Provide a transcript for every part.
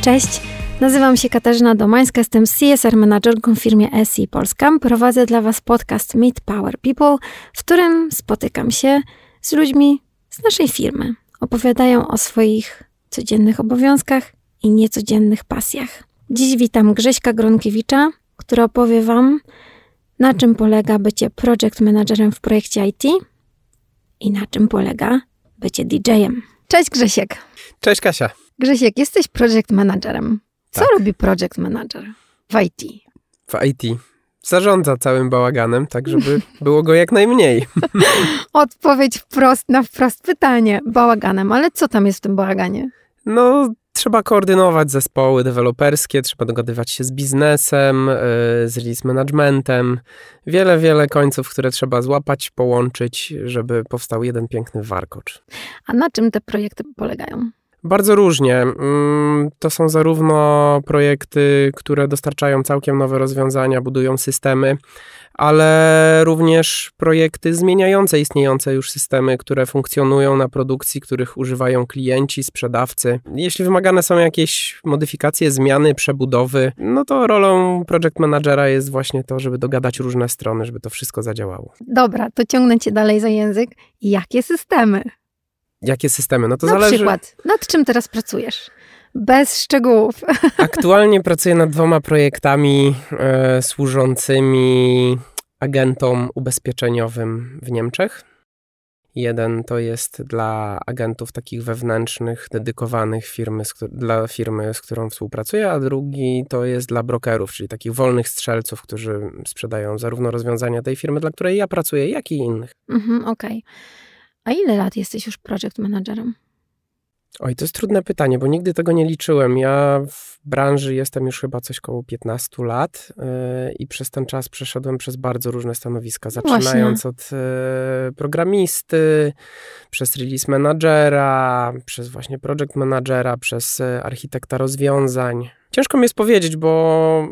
Cześć, nazywam się Katarzyna Domańska, jestem CSR menadżerką w firmie SI Polska. Prowadzę dla Was podcast Meet Power People, w którym spotykam się z ludźmi z naszej firmy. Opowiadają o swoich codziennych obowiązkach i niecodziennych pasjach. Dziś witam Grześka Gronkiewicza, który opowie Wam, na czym polega bycie project managerem w projekcie IT i na czym polega bycie DJ-em. Cześć Grzesiek. Cześć Kasia. Grzesiek, jesteś project managerem. Co robi project manager w IT? W IT zarządza całym bałaganem, tak żeby było go jak najmniej. Odpowiedź na wprost pytanie. Bałaganem, ale co tam jest w tym bałaganie? No, trzeba koordynować zespoły deweloperskie, trzeba dogadywać się z biznesem, z release managementem. Wiele końców, które trzeba złapać, połączyć, żeby powstał jeden piękny warkocz. A na czym te projekty polegają? Bardzo różnie. To są zarówno projekty, które dostarczają całkiem nowe rozwiązania, budują systemy, ale również projekty zmieniające istniejące już systemy, które funkcjonują na produkcji, których używają klienci, sprzedawcy. Jeśli wymagane są jakieś modyfikacje, zmiany, przebudowy, no to rolą project managera jest właśnie to, żeby dogadać różne strony, żeby to wszystko zadziałało. Dobra, to ciągnę Cię dalej za język. Jakie systemy? Jakie systemy? No to na zależy. Przykład, nad czym teraz pracujesz? Bez szczegółów. Aktualnie pracuję nad 2 projektami służącymi agentom ubezpieczeniowym w Niemczech. Jeden to jest dla agentów takich wewnętrznych, dedykowanych dla firmy, z którą współpracuję, a drugi to jest dla brokerów, czyli takich wolnych strzelców, którzy sprzedają zarówno rozwiązania tej firmy, dla której ja pracuję, jak i innych. Okej. A ile lat jesteś już project managerem? Oj, to jest trudne pytanie, bo nigdy tego nie liczyłem. Ja w branży jestem już chyba coś koło 15 lat i przez ten czas przeszedłem przez bardzo różne stanowiska, zaczynając od programisty, przez release managera, przez właśnie project managera, przez architekta rozwiązań. Ciężko mi jest powiedzieć, bo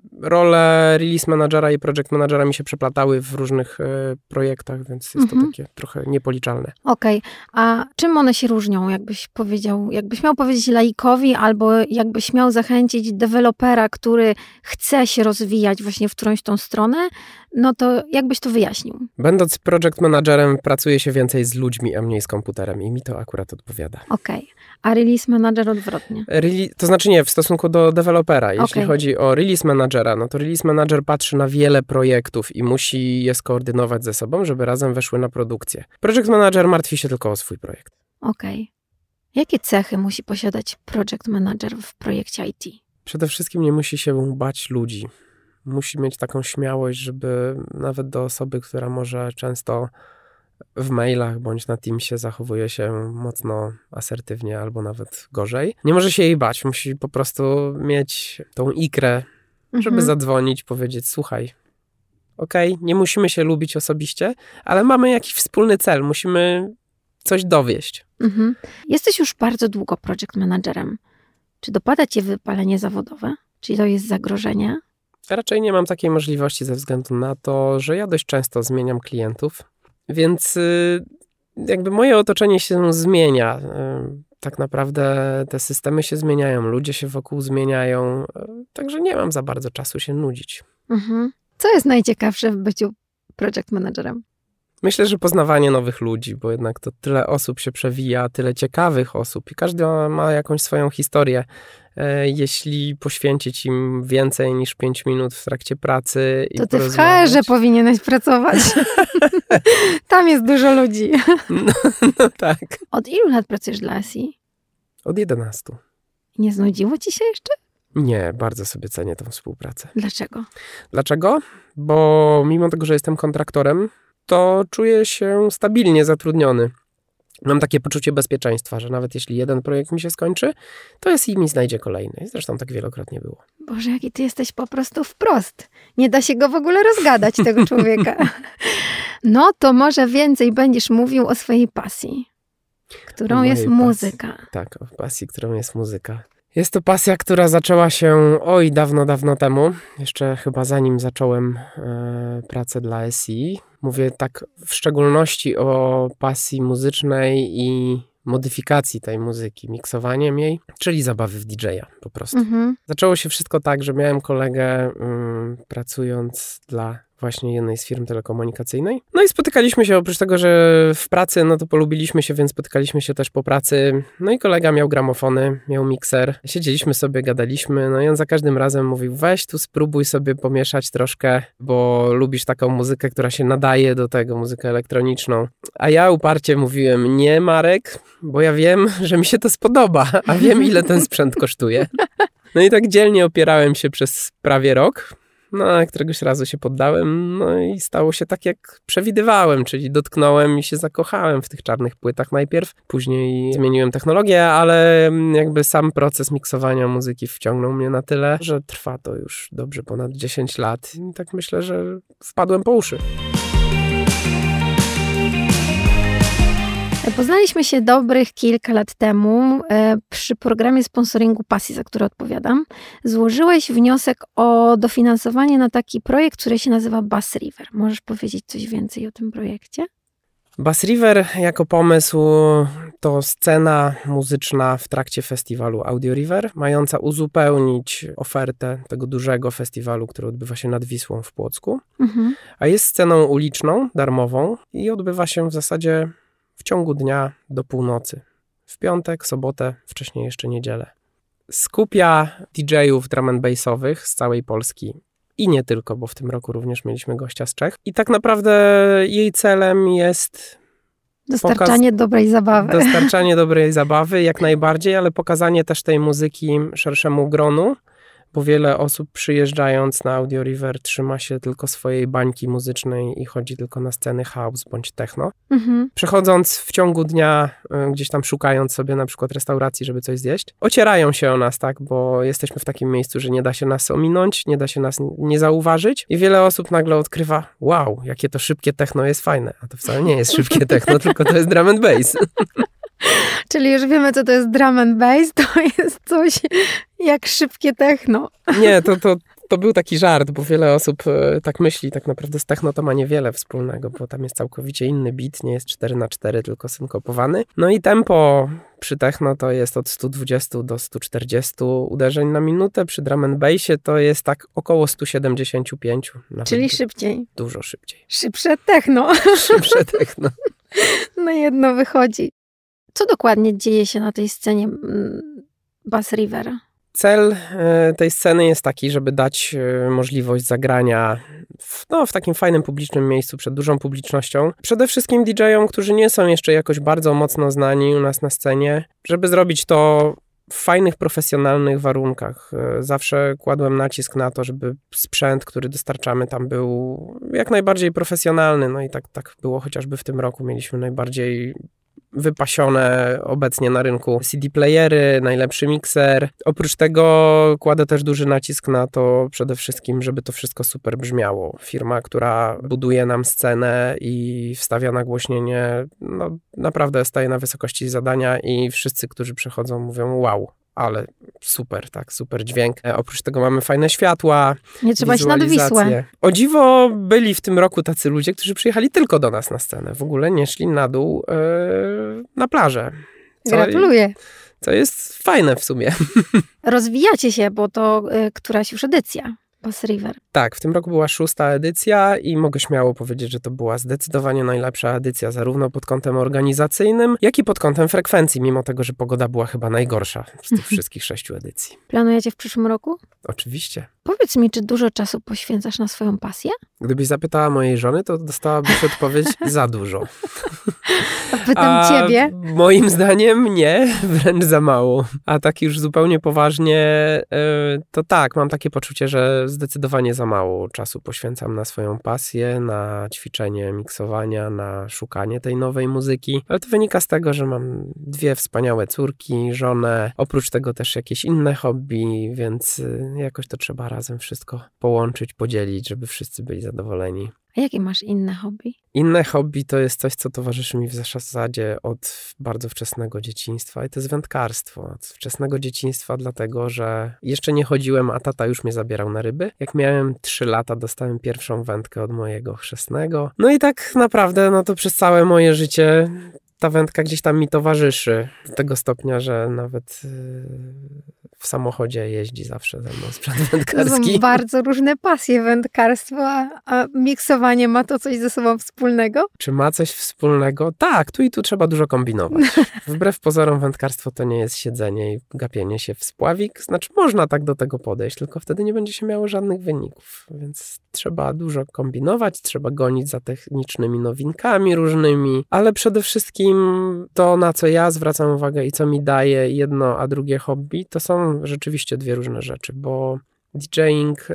role release managera i project managera mi się przeplatały w różnych projektach, więc jest to takie trochę niepoliczalne. Okej. A czym one się różnią, jakbyś miał powiedzieć laikowi, albo jakbyś miał zachęcić dewelopera, który chce się rozwijać właśnie w którąś tą stronę, no to jakbyś to wyjaśnił? Będąc project managerem pracuję się więcej z ludźmi, a mniej z komputerem i mi to akurat odpowiada. Okej. A release manager odwrotnie? To znaczy nie, w stosunku do dewelopera. Jeśli chodzi o release managera, no to release manager patrzy na wiele projektów i musi je skoordynować ze sobą, żeby razem weszły na produkcję. Project manager martwi się tylko o swój projekt. Okej. Jakie cechy musi posiadać project manager w projekcie IT? Przede wszystkim nie musi się bać ludzi. Musi mieć taką śmiałość, żeby nawet do osoby, która może często w mailach bądź na Teamsie zachowuje się mocno asertywnie albo nawet gorzej. Nie może się jej bać, musi po prostu mieć tą ikrę, żeby zadzwonić, powiedzieć: słuchaj, nie musimy się lubić osobiście, ale mamy jakiś wspólny cel, musimy coś dowieść. Jesteś już bardzo długo project managerem. Czy dopada Cię wypalenie zawodowe? Czy to jest zagrożenie? Raczej nie mam takiej możliwości ze względu na to, że ja dość często zmieniam klientów, więc jakby moje otoczenie się zmienia. Tak naprawdę te systemy się zmieniają, ludzie się wokół zmieniają, także nie mam za bardzo czasu się nudzić. Co jest najciekawsze w byciu project managerem? Myślę, że poznawanie nowych ludzi, bo jednak to tyle osób się przewija, tyle ciekawych osób i każdy ma jakąś swoją historię. Jeśli poświęcić im więcej niż 5 minut w trakcie pracy i to ty w HR-ze powinieneś pracować. Tam jest dużo ludzi. No tak. Od ilu lat pracujesz dla SI? Od 11. Nie znudziło ci się jeszcze? Nie, bardzo sobie cenię tę współpracę. Dlaczego? Dlaczego? Bo mimo tego, że jestem kontraktorem, to czuję się stabilnie zatrudniony. Mam takie poczucie bezpieczeństwa, że nawet jeśli jeden projekt mi się skończy, to SI mi znajdzie kolejny. I zresztą tak wielokrotnie było. Boże, jaki ty jesteś po prostu wprost. Nie da się go w ogóle rozgadać, tego człowieka. No to może więcej będziesz mówił o swojej pasji, którą jest muzyka. Tak, o pasji, którą jest muzyka. Jest to pasja, która zaczęła się dawno temu. Jeszcze chyba zanim zacząłem pracę dla SI. Mówię tak w szczególności o pasji muzycznej i modyfikacji tej muzyki, miksowaniem jej, czyli zabawy w DJ-a po prostu. Zaczęło się wszystko tak, że miałem kolegę pracując dla właśnie jednej z firm telekomunikacyjnej. No i spotykaliśmy się, oprócz tego, że w pracy, no to polubiliśmy się, więc spotykaliśmy się też po pracy. No i kolega miał gramofony, miał mikser. Siedzieliśmy sobie, gadaliśmy, no i on za każdym razem mówił, weź tu spróbuj sobie pomieszać troszkę, bo lubisz taką muzykę, która się nadaje do tego, muzykę elektroniczną. A ja uparcie mówiłem, nie Marek, bo ja wiem, że mi się to spodoba, a wiem ile ten sprzęt kosztuje. No i tak dzielnie opierałem się przez prawie rok. No, a któregoś razu się poddałem, no i stało się tak, jak przewidywałem, czyli dotknąłem i się zakochałem w tych czarnych płytach najpierw, później zmieniłem technologię, ale jakby sam proces miksowania muzyki wciągnął mnie na tyle, że trwa to już dobrze ponad 10 lat i tak myślę, że wpadłem po uszy. Poznaliśmy się dobrych kilka lat temu przy programie sponsoringu Pasji, za który odpowiadam. Złożyłeś wniosek o dofinansowanie na taki projekt, który się nazywa Bass River. Możesz powiedzieć coś więcej o tym projekcie? Bass River jako pomysł to scena muzyczna w trakcie festiwalu Audio River, mająca uzupełnić ofertę tego dużego festiwalu, który odbywa się nad Wisłą w Płocku. A jest sceną uliczną, darmową i odbywa się w zasadzie w ciągu dnia do północy. W piątek, sobotę, wcześniej jeszcze niedzielę. Skupia DJ-ów drum and bassowych z całej Polski i nie tylko, bo w tym roku również mieliśmy gościa z Czech. I tak naprawdę jej celem jest dostarczanie dobrej zabawy. Dostarczanie dobrej zabawy, jak najbardziej, ale pokazanie też tej muzyki szerszemu gronu, bo wiele osób przyjeżdżając na Audio River trzyma się tylko swojej bańki muzycznej i chodzi tylko na sceny house bądź techno. Przechodząc w ciągu dnia, gdzieś tam szukając sobie na przykład restauracji, żeby coś zjeść, ocierają się o nas, tak, bo jesteśmy w takim miejscu, że nie da się nas ominąć, nie da się nas nie zauważyć i wiele osób nagle odkrywa, wow, jakie to szybkie techno jest fajne, a to wcale nie jest szybkie techno, tylko to jest drum and bass. Czyli już wiemy, co to jest drum and bass, to jest coś jak szybkie techno. Nie, to był taki żart, bo wiele osób tak myśli, tak naprawdę z techno to ma niewiele wspólnego, bo tam jest całkowicie inny beat, nie jest 4/4, tylko synkopowany. No i tempo przy techno to jest od 120 do 140 uderzeń na minutę, przy drum and bassie to jest tak około 175. Czyli szybciej. Dużo szybciej. Szybsze techno. Szybsze techno. No jedno wychodzi. Co dokładnie dzieje się na tej scenie Bass River? Cel tej sceny jest taki, żeby dać możliwość zagrania w takim fajnym, publicznym miejscu, przed dużą publicznością. Przede wszystkim DJ-om, którzy nie są jeszcze jakoś bardzo mocno znani u nas na scenie, żeby zrobić to w fajnych, profesjonalnych warunkach. Zawsze kładłem nacisk na to, żeby sprzęt, który dostarczamy tam był jak najbardziej profesjonalny. No i tak było chociażby w tym roku. Mieliśmy najbardziej wypasione obecnie na rynku CD-playery, najlepszy mikser. Oprócz tego kładę też duży nacisk na to przede wszystkim, żeby to wszystko super brzmiało. Firma, która buduje nam scenę i wstawia nagłośnienie, no naprawdę staje na wysokości zadania i wszyscy, którzy przychodzą, mówią wow. Ale super, tak, super dźwięk. Oprócz tego mamy fajne światła, nie trzeba iść nad Wisłę. O dziwo byli w tym roku tacy ludzie, którzy przyjechali tylko do nas na scenę. W ogóle nie szli na dół na plażę. Gratuluję. Co jest fajne w sumie. Rozwijacie się, bo to któraś już edycja Bass River. Tak, w tym roku była 6. edycja i mogę śmiało powiedzieć, że to była zdecydowanie najlepsza edycja, zarówno pod kątem organizacyjnym, jak i pod kątem frekwencji, mimo tego, że pogoda była chyba najgorsza z tych wszystkich 6 edycji. Planujecie w przyszłym roku? Oczywiście. Powiedz mi, czy dużo czasu poświęcasz na swoją pasję? Gdybyś zapytała mojej żony, to dostałabyś odpowiedź za dużo. Pytam ciebie. Moim zdaniem nie, wręcz za mało. A tak już zupełnie poważnie, to tak, mam takie poczucie, że zdecydowanie za mało czasu poświęcam na swoją pasję, na ćwiczenie miksowania, na szukanie tej nowej muzyki. Ale to wynika z tego, że mam 2 wspaniałe córki, żonę, oprócz tego też jakieś inne hobby, więc jakoś to trzeba razem wszystko połączyć, podzielić, żeby wszyscy byli zadowoleni. A jakie masz inne hobby? Inne hobby to jest coś, co towarzyszy mi w zasadzie od bardzo wczesnego dzieciństwa i to jest wędkarstwo. Od wczesnego dzieciństwa dlatego, że jeszcze nie chodziłem, a tata już mnie zabierał na ryby. Jak miałem 3 lata, dostałem pierwszą wędkę od mojego chrzestnego. No i tak naprawdę, no to przez całe moje życie ta wędka gdzieś tam mi towarzyszy do tego stopnia, że nawet w samochodzie jeździ zawsze ze mną sprzęt wędkarski. To są bardzo różne pasje wędkarstwa, a miksowanie ma to coś ze sobą wspólnego? Czy ma coś wspólnego? Tak, tu i tu trzeba dużo kombinować. Wbrew pozorom wędkarstwo to nie jest siedzenie i gapienie się w spławik. Znaczy można tak do tego podejść, tylko wtedy nie będzie się miało żadnych wyników. Więc trzeba dużo kombinować, trzeba gonić za technicznymi nowinkami różnymi, ale przede wszystkim to, na co ja zwracam uwagę i co mi daje jedno, a drugie hobby, to są rzeczywiście dwie różne rzeczy, bo DJing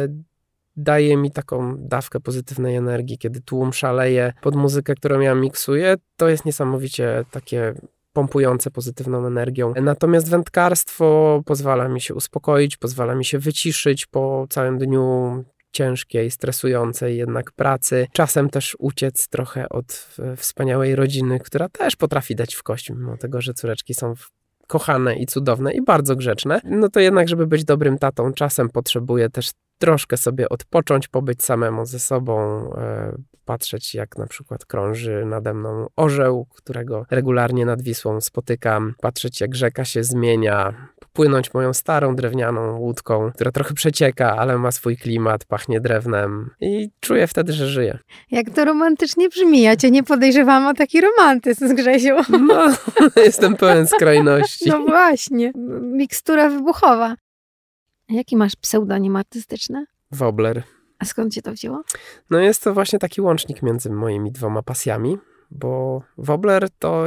daje mi taką dawkę pozytywnej energii, kiedy tłum szaleje pod muzykę, którą ja miksuję, to jest niesamowicie takie pompujące pozytywną energią. Natomiast wędkarstwo pozwala mi się uspokoić, pozwala mi się wyciszyć po całym dniu ciężkiej, stresującej jednak pracy. Czasem też uciec trochę od wspaniałej rodziny, która też potrafi dać w kość, mimo tego, że córeczki są kochane i cudowne i bardzo grzeczne. No to jednak, żeby być dobrym tatą, czasem potrzebuję też troszkę sobie odpocząć, pobyć samemu ze sobą, patrzeć jak na przykład krąży nade mną orzeł, którego regularnie nad Wisłą spotykam, patrzeć jak rzeka się zmienia, płynąć moją starą drewnianą łódką, która trochę przecieka, ale ma swój klimat, pachnie drewnem i czuję wtedy, że żyję. Jak to romantycznie brzmi, ja cię nie podejrzewam o taki romantyzm, Grzesiu. No, jestem pełen skrajności. No właśnie, mikstura wybuchowa. Jaki masz pseudonim artystyczny? Wobbler. A skąd cię to wzięło? No jest to właśnie taki łącznik między moimi dwoma pasjami, bo wobbler to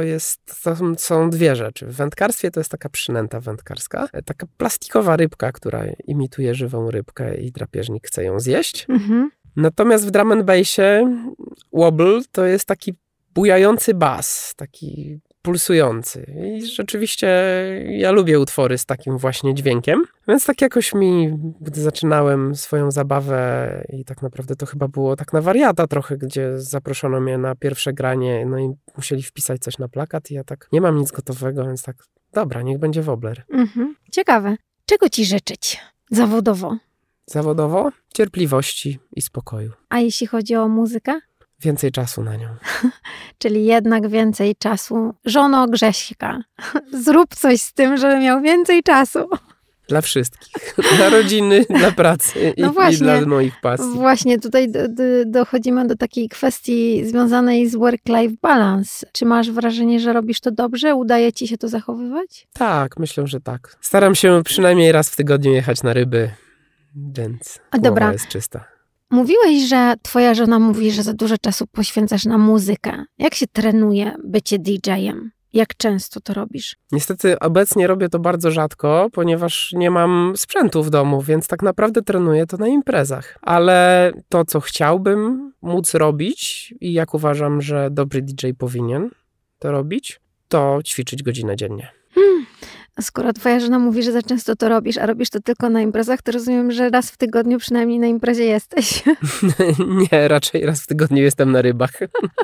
są dwie rzeczy. W wędkarstwie to jest taka przynęta wędkarska, taka plastikowa rybka, która imituje żywą rybkę i drapieżnik chce ją zjeść. Natomiast w drum and bassie wobble to jest taki bujający bas, taki pulsujący. I rzeczywiście ja lubię utwory z takim właśnie dźwiękiem. Więc tak jakoś gdy zaczynałem swoją zabawę i tak naprawdę to chyba było tak na wariata trochę, gdzie zaproszono mnie na pierwsze granie, no i musieli wpisać coś na plakat i ja tak, nie mam nic gotowego, więc tak, dobra, niech będzie wobbler. Ciekawe. Czego ci życzyć zawodowo? Zawodowo? Cierpliwości i spokoju. A jeśli chodzi o muzykę? Więcej czasu na nią. Czyli jednak więcej czasu. Żono Grześka, zrób coś z tym, żeby miał więcej czasu. Dla wszystkich. Dla rodziny, dla pracy i dla moich pasji. Właśnie tutaj dochodzimy do takiej kwestii związanej z work-life balance. Czy masz wrażenie, że robisz to dobrze? Udaje ci się to zachowywać? Tak, myślę, że tak. Staram się przynajmniej raz w tygodniu jechać na ryby, więc głowa jest czysta. Mówiłeś, że twoja żona mówi, że za dużo czasu poświęcasz na muzykę. Jak się trenuje bycie DJ-em? Jak często to robisz? Niestety obecnie robię to bardzo rzadko, ponieważ nie mam sprzętu w domu, więc tak naprawdę trenuję to na imprezach. Ale to, co chciałbym móc robić i jak uważam, że dobry DJ powinien to robić, to ćwiczyć godzinę dziennie. Skoro twoja żona mówi, że za często to robisz, a robisz to tylko na imprezach, to rozumiem, że raz w tygodniu przynajmniej na imprezie jesteś. Nie, raczej raz w tygodniu jestem na rybach.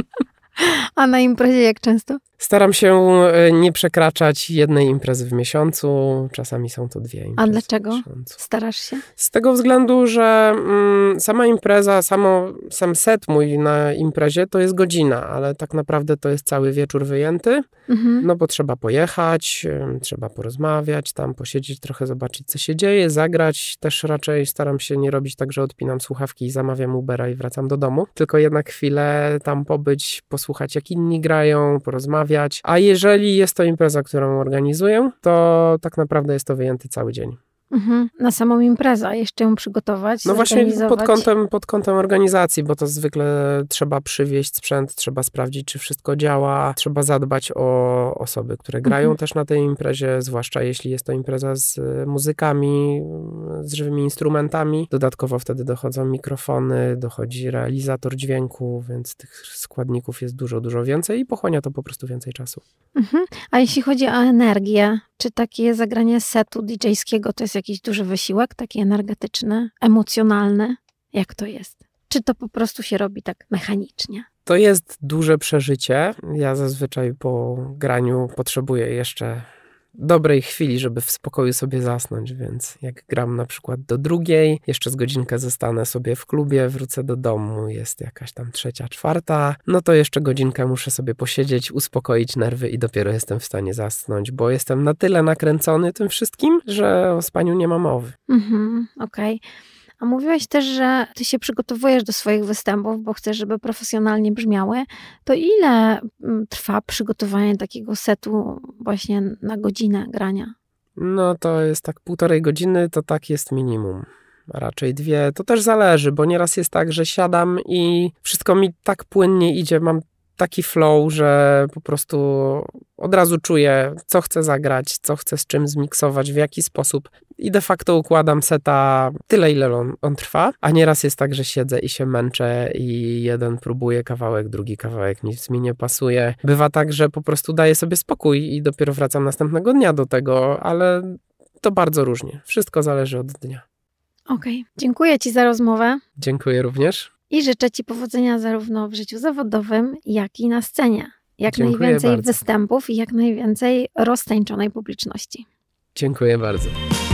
A na imprezie jak często? Staram się nie przekraczać jednej imprezy w miesiącu. Czasami są to dwie imprezy. A dlaczego starasz się? Z tego względu, że sama impreza, sam set mój na imprezie to jest godzina, ale tak naprawdę to jest cały wieczór wyjęty. No bo trzeba pojechać, trzeba porozmawiać, tam posiedzieć trochę, zobaczyć co się dzieje, zagrać. Też raczej staram się nie robić tak, że odpinam słuchawki i zamawiam Ubera i wracam do domu. Tylko jednak chwilę tam pobyć, posłuchać jak inni grają, porozmawiać. A jeżeli jest to impreza, którą organizuję, to tak naprawdę jest to wyjęty cały dzień. Na samą imprezę, jeszcze ją przygotować, no właśnie pod kątem organizacji, bo to zwykle trzeba przywieźć sprzęt, trzeba sprawdzić, czy wszystko działa, trzeba zadbać o osoby, które grają też na tej imprezie, zwłaszcza jeśli jest to impreza z muzykami, z żywymi instrumentami. Dodatkowo wtedy dochodzą mikrofony, dochodzi realizator dźwięku, więc tych składników jest dużo, dużo więcej i pochłania to po prostu więcej czasu. A jeśli chodzi o energię, czy takie zagranie setu DJ-skiego to jest jakiś duży wysiłek, taki energetyczny, emocjonalny? Jak to jest? Czy to po prostu się robi tak mechanicznie? To jest duże przeżycie. Ja zazwyczaj po graniu potrzebuję jeszcze dobrej chwili, żeby w spokoju sobie zasnąć, więc jak gram na przykład do 2:00, jeszcze z godzinkę zostanę sobie w klubie, wrócę do domu, jest jakaś tam 3:00, 4:00, no to jeszcze godzinkę muszę sobie posiedzieć, uspokoić nerwy i dopiero jestem w stanie zasnąć, bo jestem na tyle nakręcony tym wszystkim, że o spaniu nie ma mowy. Okej. A mówiłeś też, że ty się przygotowujesz do swoich występów, bo chcesz, żeby profesjonalnie brzmiały. To ile trwa przygotowanie takiego setu właśnie na godzinę grania? No to jest tak 1,5 godziny, to tak jest minimum. A raczej 2. To też zależy, bo nieraz jest tak, że siadam i wszystko mi tak płynnie idzie, mam taki flow, że po prostu od razu czuję, co chcę zagrać, co chcę z czym zmiksować, w jaki sposób i de facto układam seta tyle, ile on trwa, a nieraz jest tak, że siedzę i się męczę i jeden próbuje kawałek, drugi kawałek, nic mi nie pasuje. Bywa tak, że po prostu daję sobie spokój i dopiero wracam następnego dnia do tego, ale to bardzo różnie. Wszystko zależy od dnia. Okej. Dziękuję ci za rozmowę. Dziękuję również. I życzę ci powodzenia zarówno w życiu zawodowym, jak i na scenie. Jak Dziękuję najwięcej bardzo. występów i jak najwięcej roztańczonej publiczności. Dziękuję bardzo.